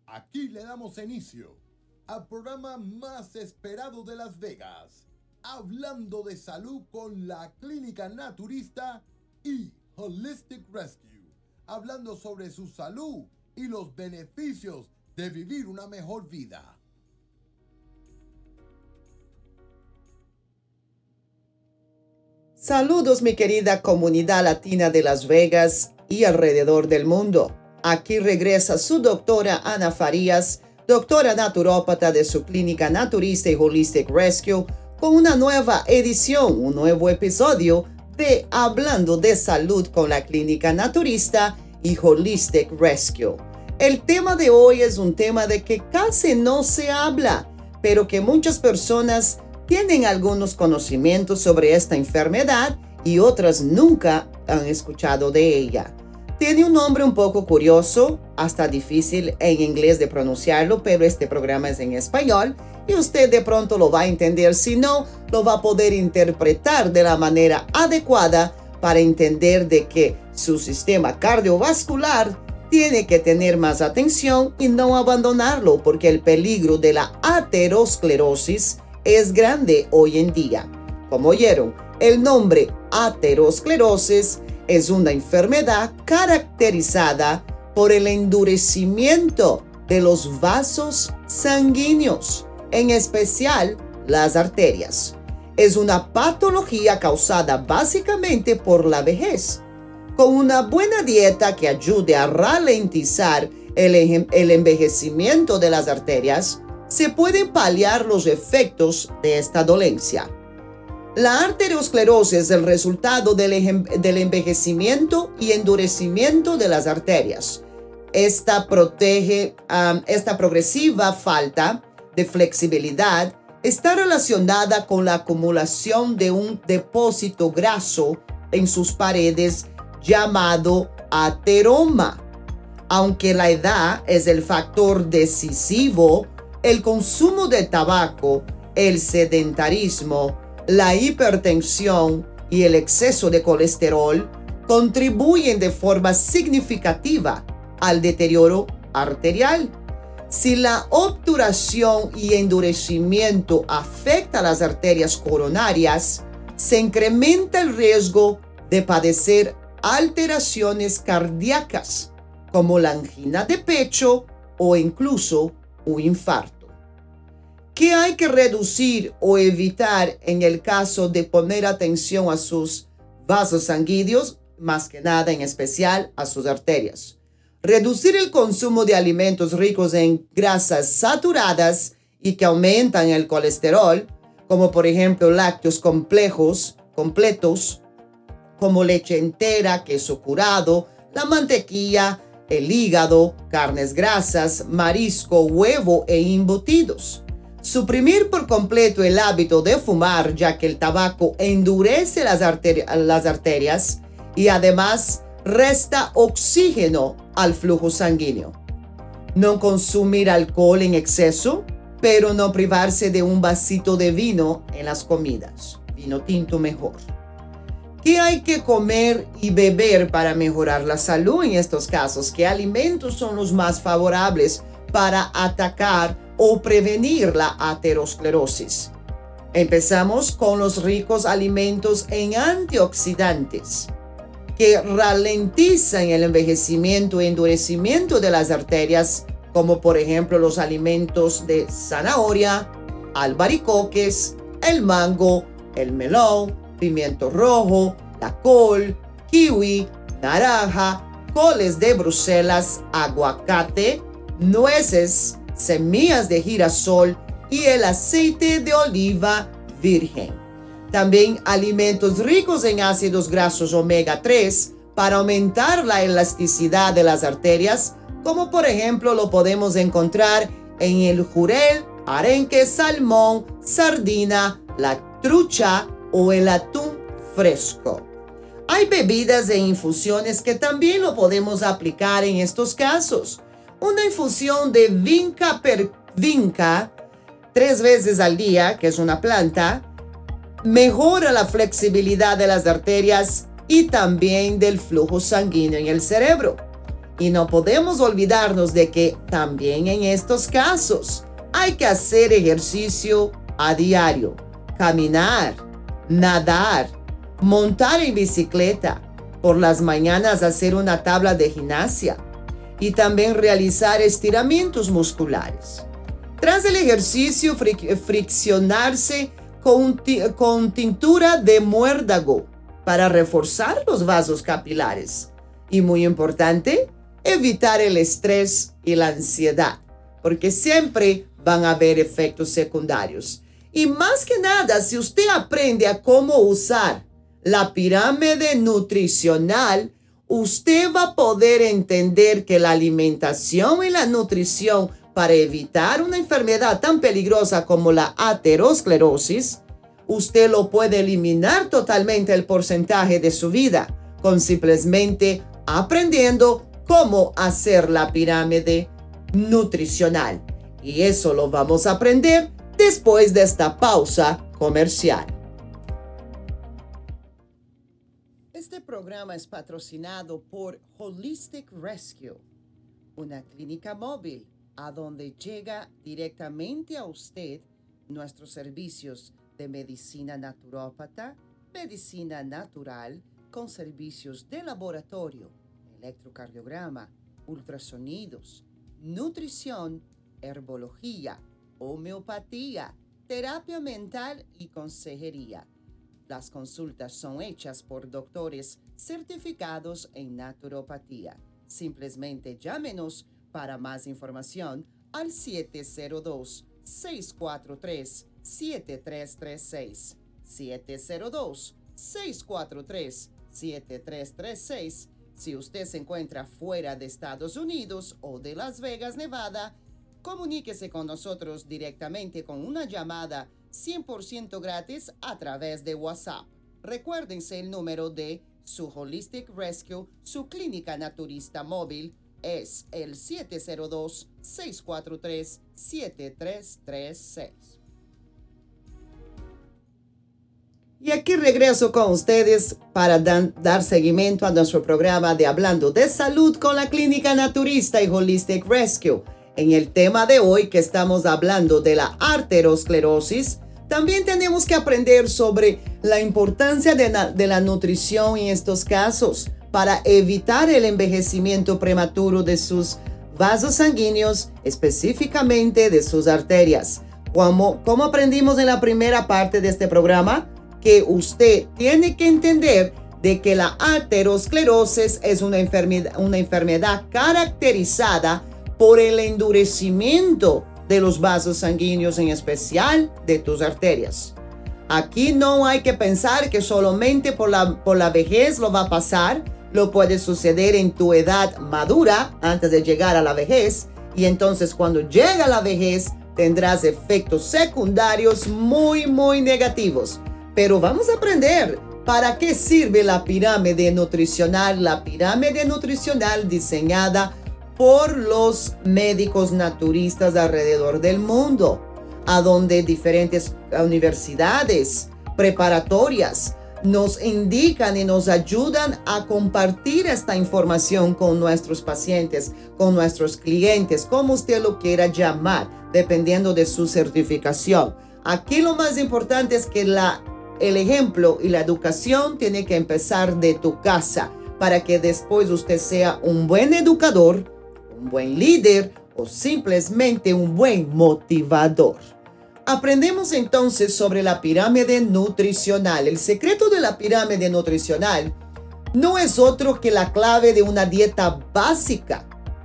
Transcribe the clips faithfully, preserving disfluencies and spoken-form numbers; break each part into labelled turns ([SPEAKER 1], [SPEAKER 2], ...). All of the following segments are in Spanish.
[SPEAKER 1] Aquí le damos inicio al programa más esperado de Las Vegas, hablando de salud con la Clínica Naturista y Holistic Rescue, hablando sobre su salud y los beneficios de vivir una mejor vida.
[SPEAKER 2] Saludos, mi querida comunidad latina de Las Vegas y alrededor del mundo. Aquí regresa su doctora Ana Farías, doctora naturópata de su Clínica Naturista y Holistic Rescue, con una nueva edición, un nuevo episodio de Hablando de Salud con la Clínica Naturista y Holistic Rescue. El tema de hoy es un tema de que casi no se habla, pero que muchas personas tienen algunos conocimientos sobre esta enfermedad y otras nunca han escuchado de ella. Tiene un nombre un poco curioso, hasta difícil en inglés de pronunciarlo, pero este programa es en español y usted de pronto lo va a entender. Si no, lo va a poder interpretar de la manera adecuada para entender de que su sistema cardiovascular tiene que tener más atención y no abandonarlo, porque el peligro de la aterosclerosis es grande hoy en día. Como oyeron, el nombre aterosclerosis es una enfermedad caracterizada por el endurecimiento de los vasos sanguíneos, en especial las arterias. Es una patología causada básicamente por la vejez. Con una buena dieta que ayude a ralentizar el, el envejecimiento de las arterias, se pueden paliar los efectos de esta dolencia. La arteriosclerosis es el resultado del, del envejecimiento y endurecimiento de las arterias. Esta, protege, um, esta progresiva falta de flexibilidad está relacionada con la acumulación de un depósito graso en sus paredes llamado ateroma. Aunque la edad es el factor decisivo, el consumo de tabaco, el sedentarismo, la hipertensión y el exceso de colesterol contribuyen de forma significativa al deterioro arterial. Si la obturación y endurecimiento afecta las arterias coronarias, se incrementa el riesgo de padecer alteraciones cardíacas, como la angina de pecho o incluso un infarto. ¿Qué hay que reducir o evitar en el caso de poner atención a sus vasos sanguíneos, más que nada en especial a sus arterias? Reducir el consumo de alimentos ricos en grasas saturadas y que aumentan el colesterol, como por ejemplo lácteos complejos, completos, como leche entera, queso curado, la mantequilla, el hígado, carnes grasas, marisco, huevo e embutidos. Suprimir por completo el hábito de fumar, ya que el tabaco endurece las, arteri- las arterias y además resta oxígeno al flujo sanguíneo. No consumir alcohol en exceso, pero no privarse de un vasito de vino en las comidas. Vino tinto mejor. ¿Qué hay que comer y beber para mejorar la salud en estos casos? ¿Qué alimentos son los más favorables para atacar o prevenir la aterosclerosis? Empezamos con los ricos alimentos en antioxidantes, que ralentizan el envejecimiento y endurecimiento de las arterias, como por ejemplo los alimentos de zanahoria, albaricoques, el mango, el melón, pimiento rojo, la col, kiwi, naranja, coles de Bruselas, aguacate, nueces, semillas de girasol y el aceite de oliva virgen. También alimentos ricos en ácidos grasos omega tres para aumentar la elasticidad de las arterias, como por ejemplo lo podemos encontrar en el jurel, arenque, salmón, sardina, la trucha o el atún fresco. Hay bebidas e infusiones que también lo podemos aplicar en estos casos. Una infusión de vinca per vinca tres veces al día, que es una planta, mejora la flexibilidad de las arterias y también del flujo sanguíneo en el cerebro. Y no podemos olvidarnos de que también en estos casos hay que hacer ejercicio a diario, caminar, nadar, montar en bicicleta, por las mañanas hacer una tabla de gimnasia y también realizar estiramientos musculares. Tras el ejercicio, fric- friccionarse con, ti- con tintura de muérdago para reforzar los vasos capilares. Y muy importante, evitar el estrés y la ansiedad, porque siempre van a haber efectos secundarios. Y más que nada, si usted aprende a cómo usar la pirámide nutricional, usted va a poder entender que la alimentación y la nutrición para evitar una enfermedad tan peligrosa como la aterosclerosis, usted lo puede eliminar totalmente el porcentaje de su vida con simplemente aprendiendo cómo hacer la pirámide nutricional. Y eso lo vamos a aprender después de esta pausa comercial. Este programa es patrocinado por Holistic Rescue, una clínica móvil a donde llega directamente a usted nuestros servicios de medicina naturópata, medicina natural, con servicios de laboratorio, electrocardiograma, ultrasonidos, nutrición, herbología, homeopatía, terapia mental y consejería. Las consultas son hechas por doctores certificados en naturopatía. Simplemente llámenos para más información al siete cero dos, seis cuatro tres, siete tres tres seis. siete cero dos, seis cuatro tres, siete tres tres seis. Si usted se encuentra fuera de Estados Unidos o de Las Vegas, Nevada, comuníquese con nosotros directamente con una llamada cien por ciento gratis a través de WhatsApp. Recuérdense el número de su Holistic Rescue, su clínica naturista móvil, es el siete cero dos, seis cuatro tres, siete tres tres seis. Y aquí regreso con ustedes para dan, dar seguimiento a nuestro programa de Hablando de Salud con la Clínica Naturista y Holistic Rescue. En el tema de hoy que estamos hablando de la arteriosclerosis, también tenemos que aprender sobre la importancia de, na, de la nutrición en estos casos para evitar el envejecimiento prematuro de sus vasos sanguíneos, específicamente de sus arterias. Como, como aprendimos en la primera parte de este programa, que usted tiene que entender de que la arteriosclerosis es una enfermedad, una enfermedad caracterizada por el endurecimiento de los vasos sanguíneos, en especial de tus arterias. Aquí no hay que pensar que solamente por la, por la vejez lo va a pasar. Lo puede suceder en tu edad madura antes de llegar a la vejez. Y entonces cuando llega la vejez tendrás efectos secundarios muy, muy negativos. Pero vamos a aprender para qué sirve la pirámide nutricional. La pirámide nutricional diseñada por los médicos naturistas alrededor del mundo, a donde diferentes universidades preparatorias nos indican y nos ayudan a compartir esta información con nuestros pacientes, con nuestros clientes, como usted lo quiera llamar, dependiendo de su certificación. Aquí lo más importante es que la, el ejemplo y la educación tiene que empezar de tu casa para que después usted sea un buen educador, un buen líder o simplemente un buen motivador. Aprendemos entonces sobre la pirámide nutricional. El secreto de la pirámide nutricional no es otro que la clave de una dieta básica,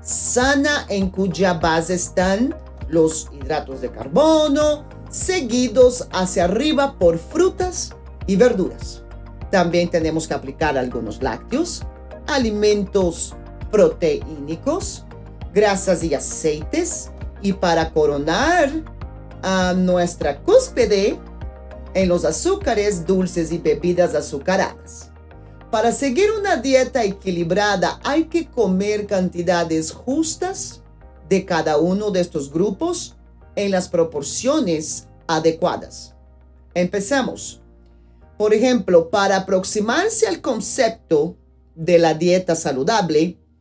[SPEAKER 2] sana, en cuya base están los hidratos de carbono, seguidos hacia arriba por frutas y verduras. También tenemos que aplicar algunos lácteos, alimentos proteínicos, grasas y aceites, y para coronar a nuestra cúspide en los azúcares dulces y bebidas azucaradas. Para seguir una dieta equilibrada hay que comer cantidades justas de cada uno de estos grupos en las proporciones adecuadas. Empezamos. Por ejemplo, para aproximarse al concepto de la dieta saludable,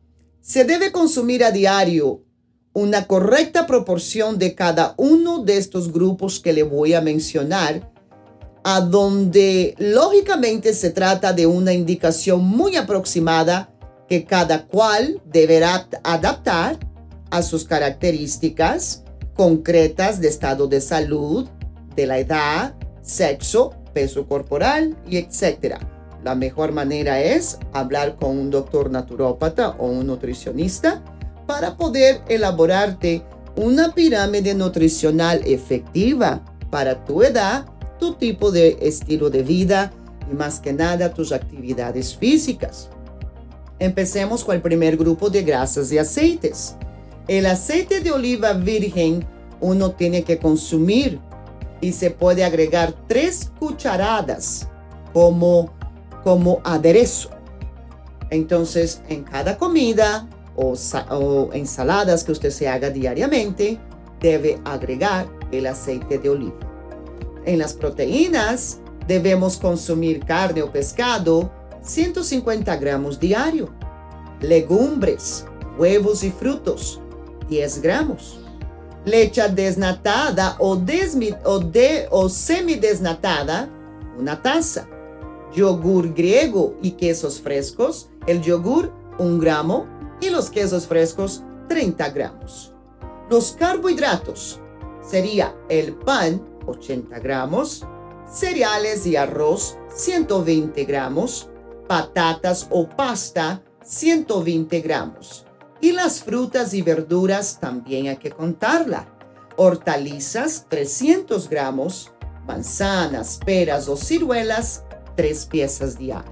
[SPEAKER 2] Se debe consumir a diario una correcta proporción de cada uno de estos grupos que le voy a mencionar, a donde lógicamente se trata de una indicación muy aproximada que cada cual deberá adaptar a sus características concretas de estado de salud, de la edad, sexo, peso corporal y etcétera. La mejor manera es hablar con un doctor naturópata o un nutricionista para poder elaborarte una pirámide nutricional efectiva para tu edad, tu tipo de estilo de vida y más que nada tus actividades físicas. Empecemos con el primer grupo de grasas y aceites. El aceite de oliva virgen uno tiene que consumir y se puede agregar tres cucharadas como, como aderezo. Entonces, en cada comida o, o ensaladas que usted se haga diariamente, debe agregar el aceite de oliva. En las proteínas, debemos consumir carne o pescado, ciento cincuenta gramos diario. Legumbres, huevos y frutos, diez gramos. Leche desnatada o, desmi, o, de, o semidesnatada, una taza. Yogur griego y quesos frescos, el yogur, un gramo, y los quesos frescos, treinta gramos. Los carbohidratos sería el pan, ochenta gramos, cereales y arroz, ciento veinte gramos, patatas o pasta, ciento veinte gramos. Y las frutas y verduras también hay que contarla. Hortalizas, trescientos gramos, manzanas, peras o ciruelas, tres piezas diarias.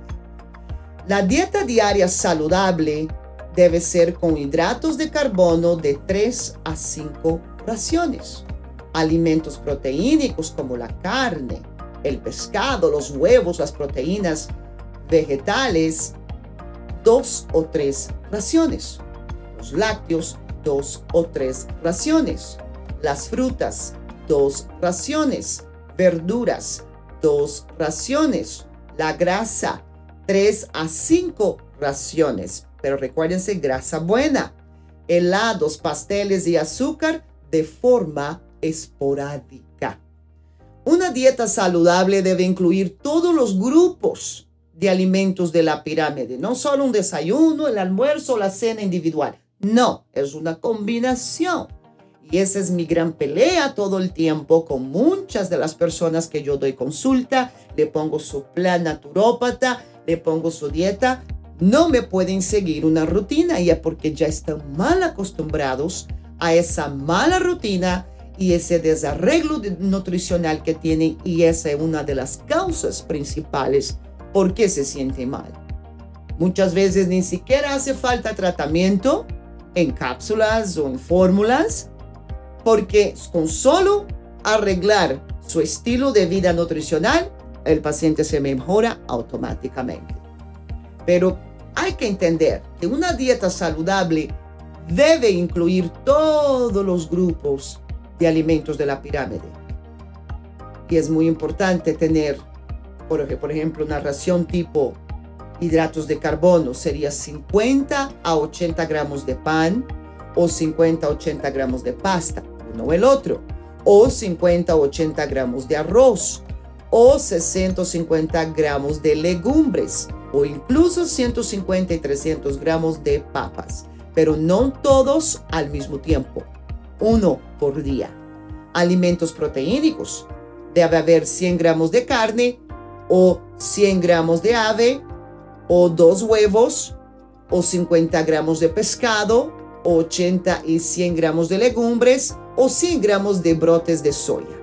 [SPEAKER 2] La dieta diaria saludable debe ser con hidratos de carbono de tres a cinco raciones. Alimentos proteínicos como la carne, el pescado, los huevos, las proteínas vegetales, dos o tres raciones. Los lácteos, dos o tres raciones. Las frutas, dos raciones. Verduras, dos raciones. La grasa, tres a cinco raciones. Pero recuérdense, grasa buena. Helados, pasteles y azúcar de forma esporádica. Una dieta saludable debe incluir todos los grupos de alimentos de la pirámide. No solo un desayuno, el almuerzo o la cena individual. No, es una combinación. Y esa es mi gran pelea todo el tiempo con muchas de las personas que yo doy consulta. Le pongo su plan naturópata, le pongo su dieta. No me pueden seguir una rutina y es porque ya están mal acostumbrados a esa mala rutina y ese desarreglo nutricional que tienen, y esa es una de las causas principales por qué se siente mal. Muchas veces ni siquiera hace falta tratamiento en cápsulas o en fórmulas, porque con solo arreglar su estilo de vida nutricional, el paciente se mejora automáticamente. Pero hay que entender que una dieta saludable debe incluir todos los grupos de alimentos de la pirámide. Y es muy importante tener, por, por ejemplo, una ración tipo hidratos de carbono. Sería cincuenta a ochenta gramos de pan o cincuenta a ochenta gramos de pasta, uno o el otro. O cincuenta a ochenta gramos de arroz o sesenta a cincuenta gramos de legumbres o incluso ciento cincuenta y trescientos gramos de papas. Pero no todos al mismo tiempo, uno por día. Alimentos proteínicos. Debe haber cien gramos de carne o cien gramos de ave o dos huevos o cincuenta gramos de pescado o ochenta y cien gramos de legumbres o cien gramos de brotes de soya.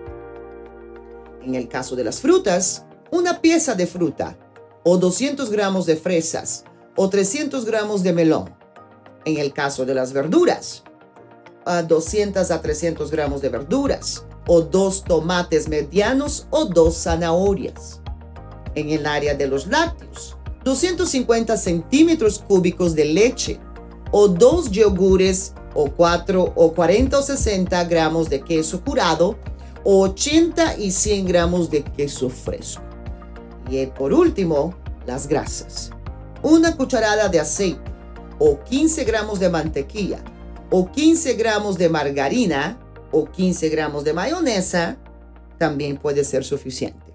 [SPEAKER 2] En el caso de las frutas, una pieza de fruta o doscientos gramos de fresas o trescientos gramos de melón. En el caso de las verduras, a doscientos a trescientos gramos de verduras o dos tomates medianos o dos zanahorias. En el área de los lácteos, doscientos cincuenta centímetros cúbicos de leche o dos yogures o cuatro o cuarenta o sesenta gramos de queso curado o ochenta y cien gramos de queso fresco. Y por último, las grasas. Una cucharada de aceite, o quince gramos de mantequilla, o quince gramos de margarina, o quince gramos de mayonesa, también puede ser suficiente.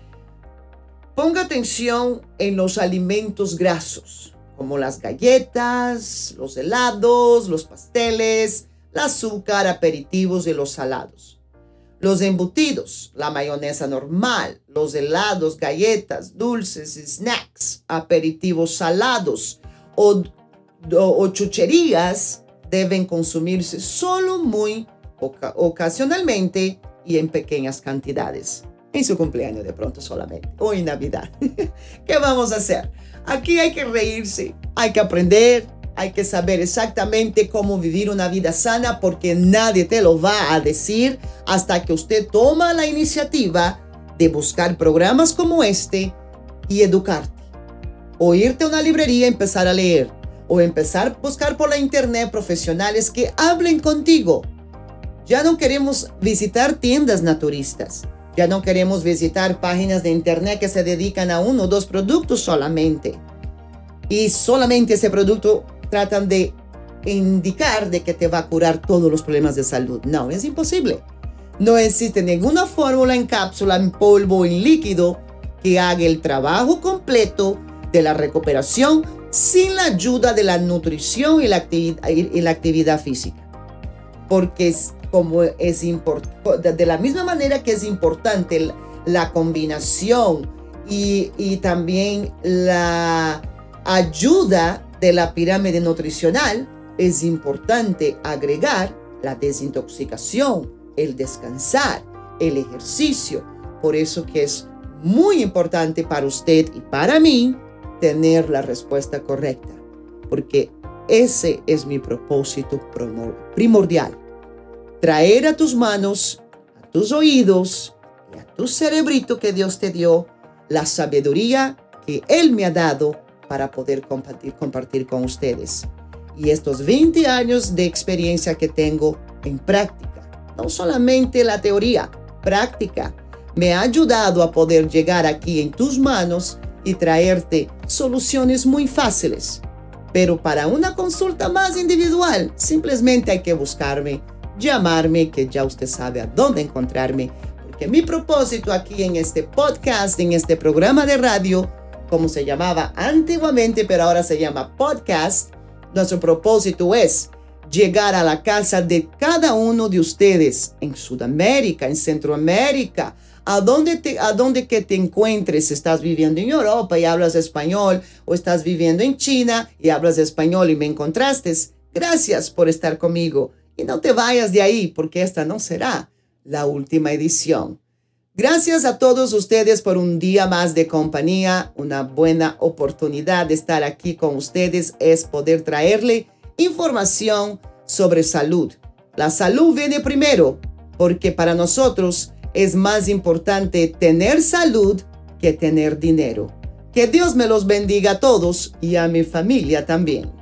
[SPEAKER 2] Ponga atención en los alimentos grasos, como las galletas, los helados, los pasteles, el azúcar, aperitivos y los salados. Los embutidos, la mayonesa normal, los helados, galletas, dulces, snacks, aperitivos salados o, o, o chucherías deben consumirse solo muy oca- ocasionalmente y en pequeñas cantidades. En su cumpleaños de pronto solamente, o en Navidad. ¿Qué vamos a hacer? Aquí hay que reírse, hay que aprender, hay que saber exactamente cómo vivir una vida sana, porque nadie te lo va a decir hasta que usted toma la iniciativa de buscar programas como este y educarte. O irte a una librería y empezar a leer, o empezar a buscar por la internet profesionales que hablen contigo. Ya no queremos visitar tiendas naturistas. Ya no queremos visitar páginas de internet que se dedican a uno o dos productos solamente. Y solamente ese producto tratan de indicar de que te va a curar todos los problemas de salud. No, es imposible. No existe ninguna fórmula en cápsula, en polvo, en líquido que haga el trabajo completo de la recuperación sin la ayuda de la nutrición y la actividad, y la actividad física. Porque es como es importante, de la misma manera que es importante la combinación y, y también la ayuda de la pirámide nutricional, es importante agregar la desintoxicación, el descansar, el ejercicio. Por eso que es muy importante para usted y para mí tener la respuesta correcta, porque ese es mi propósito primordial. Traer a tus manos, a tus oídos y a tu cerebrito que Dios te dio la sabiduría que Él me ha dado para poder compartir, compartir con ustedes. Y estos veinte años de experiencia que tengo en práctica, no solamente la teoría, práctica, me ha ayudado a poder llegar aquí en tus manos y traerte soluciones muy fáciles. Pero para una consulta más individual, simplemente hay que buscarme, llamarme, que ya usted sabe a dónde encontrarme, porque mi propósito aquí en este podcast, en este programa de radio, como se llamaba antiguamente, pero ahora se llama podcast, nuestro propósito es llegar a la casa de cada uno de ustedes en Sudamérica, en Centroamérica, a donde, te, a donde que te encuentres, si estás viviendo en Europa y hablas español, o estás viviendo en China y hablas español y me encontraste. Gracias por estar conmigo. Y no te vayas de ahí, porque esta no será la última edición. Gracias a todos ustedes por un día más de compañía. Una buena oportunidad de estar aquí con ustedes es poder traerle información sobre salud. La salud viene primero, porque para nosotros es más importante tener salud que tener dinero. Que Dios me los bendiga a todos y a mi familia también.